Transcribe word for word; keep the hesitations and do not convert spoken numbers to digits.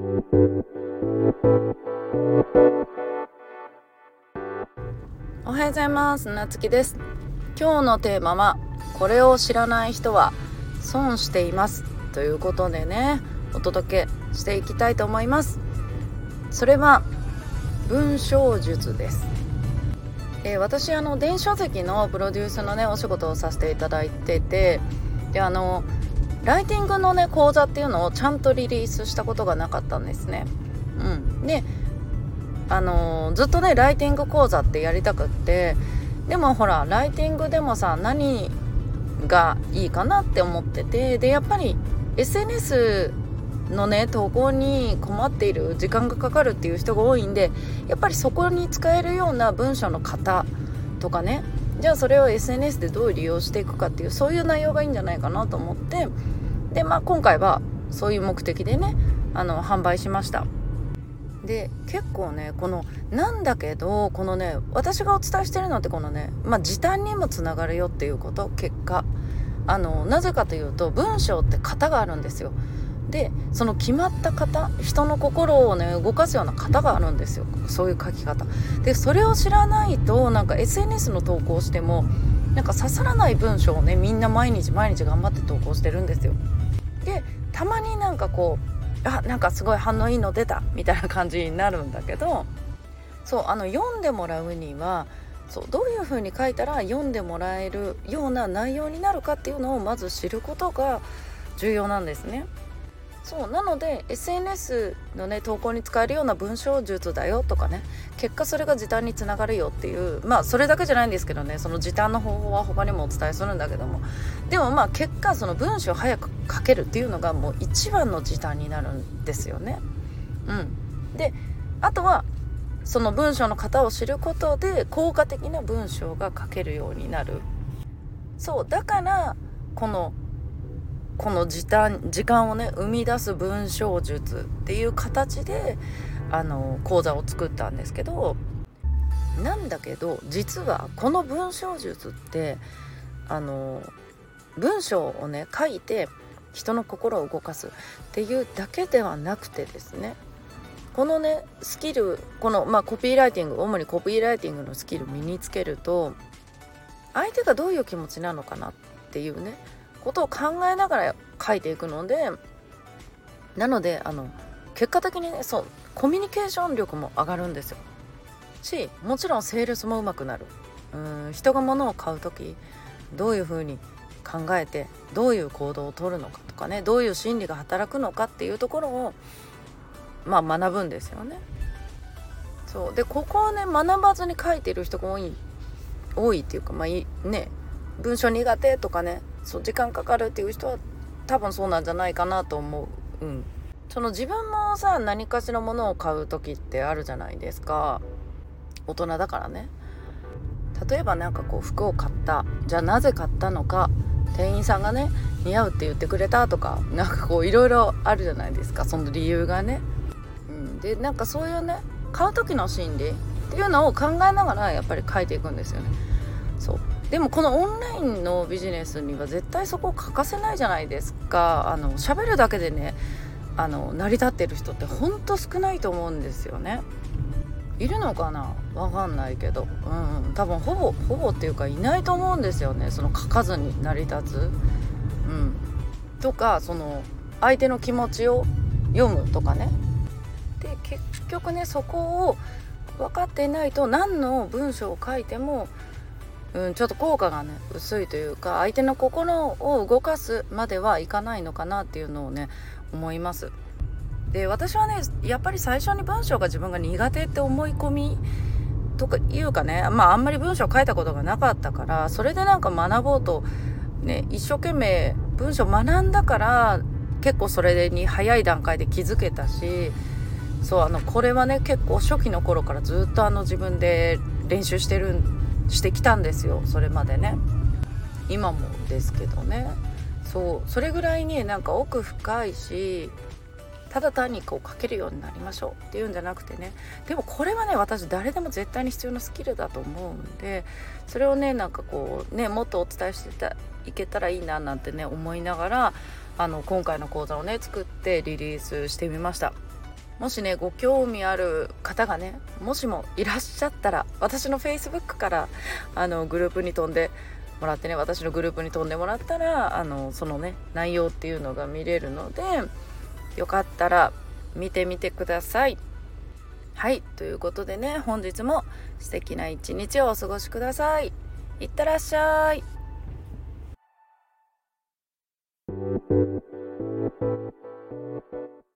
おはようございます。なつきです。今日のテーマはこれを知らない人は損していますということでね、お届けしていきたいと思います。それは文章術です。えー、私あの電子書籍のプロデュースのねお仕事をさせていただいてて、であのライティングのね講座っていうのをちゃんとリリースしたことがなかったんですね。うん、であのー、ずっとねライティング講座ってやりたくって、でもほらライティングでもさ何がいいかなって思ってて、でやっぱり エスエヌエス のね投稿に困っている、時間がかかるっていう人が多いんで、やっぱりそこに使えるような文章の型とかね、じゃあそれを エスエヌエス でどう利用していくかっていう、そういう内容がいいんじゃないかなと思って、でまあ今回はそういう目的でねあの販売しました。で結構ねこのなんだけどこのね私がお伝えしてるのってこのね、まあ、時短にもつながるよっていうこと。結果あのなぜかというと文章って型があるんですよ。でその決まった型、人の心をね動かすような型があるんですよ。そういう書き方で、それを知らないとなんか エスエヌエス の投稿してもなんか刺さらない文章をねみんな毎日毎日頑張って投稿してるんですよ。でたまになんかこうあなんかすごい反応いいの出たみたいな感じになるんだけど、そうあの読んでもらうにはそうどういう風に書いたら読んでもらえるような内容になるかっていうのをまず知ることが重要なんですね。そうなので エスエヌエス のね投稿に使えるような文章術だよとかね、結果それが時短につながるよっていう、まあそれだけじゃないんですけどね、その時短の方法は他にもお伝えするんだけども、でもまあ結果その文章を早く書けるっていうのがもう一番の時短になるんですよね。うんであとはその文章の型を知ることで効果的な文章が書けるようになる。そうだからこのこの時短時間をね生み出す文章術っていう形であの講座を作ったんですけど、なんだけど実はこの文章術ってあの文章をね書いて人の心を動かすっていうだけではなくてですね、このねスキル、この、まあ、コピーライティング、主にコピーライティングのスキル身につけると相手がどういう気持ちなのかなっていうねことを考えながら書いていくので、なのであの結果的にねそうコミュニケーション力も上がるんですよし、もちろんセールスもうまくなる。うーん人が物を買う時どういうふうに考えてどういう行動を取るのかとかね、どういう心理が働くのかっていうところをまあ学ぶんですよね。そうでここをね学ばずに書いている人が多い多いっていうか、まあいいね文章苦手とかね、そう時間かかるっていう人は多分そうなんじゃないかなと思う。うんその自分もさ何かしらものを買う時ってあるじゃないですか。大人だからね。例えばなんかこう服を買った、じゃあなぜ買ったのか、店員さんがね似合うって言ってくれたとか、なんかこういろいろあるじゃないですか、その理由がね。うん、でなんかそういうね買う時の心理っていうのを考えながらやっぱり書いていくんですよね。そうでもこのオンラインのビジネスには絶対そこ欠かせないじゃないですか。あの喋るだけでねあの成り立ってる人ってほんと少ないと思うんですよね。いるのかなわかんないけど、うん、多分ほぼほぼっていうかいないと思うんですよね、その書かずに成り立つ。うんとかその相手の気持ちを読むとかね。で結局ねそこを分かっていないと何の文章を書いてもうん、ちょっと効果がね薄いというか、相手の心を動かすまではいかないのかなっていうのをね思います。で私はねやっぱり最初に文章が自分が苦手って思い込みとかいうかね、まああんまり文章書いたことがなかったから、それでなんか学ぼうとね一生懸命文章学んだから結構それに早い段階で気づけたし、そうあのこれはね結構初期の頃からずっとあの自分で練習してるしてきたんですよ、それまでね。今もですけどね。そうそれぐらいになんか奥深いし、ただ単にこう書けるようになりましょうっていうんじゃなくてね、でもこれはね私誰でも絶対に必要なスキルだと思うんで、それをねなんかこうねもっとお伝えしてたいけたらいいななんてね思いながら、あの今回の講座をね作ってリリースしてみました。 もしねご興味ある方がねもしもいらっしゃったら、私の Facebook からあのグループに飛んでもらってね、私のグループに飛んでもらったらあのそのね内容っていうのが見れるので、よかったら見てみてください。はい、ということでね、本日も素敵な一日をお過ごしください。いってらっしゃい。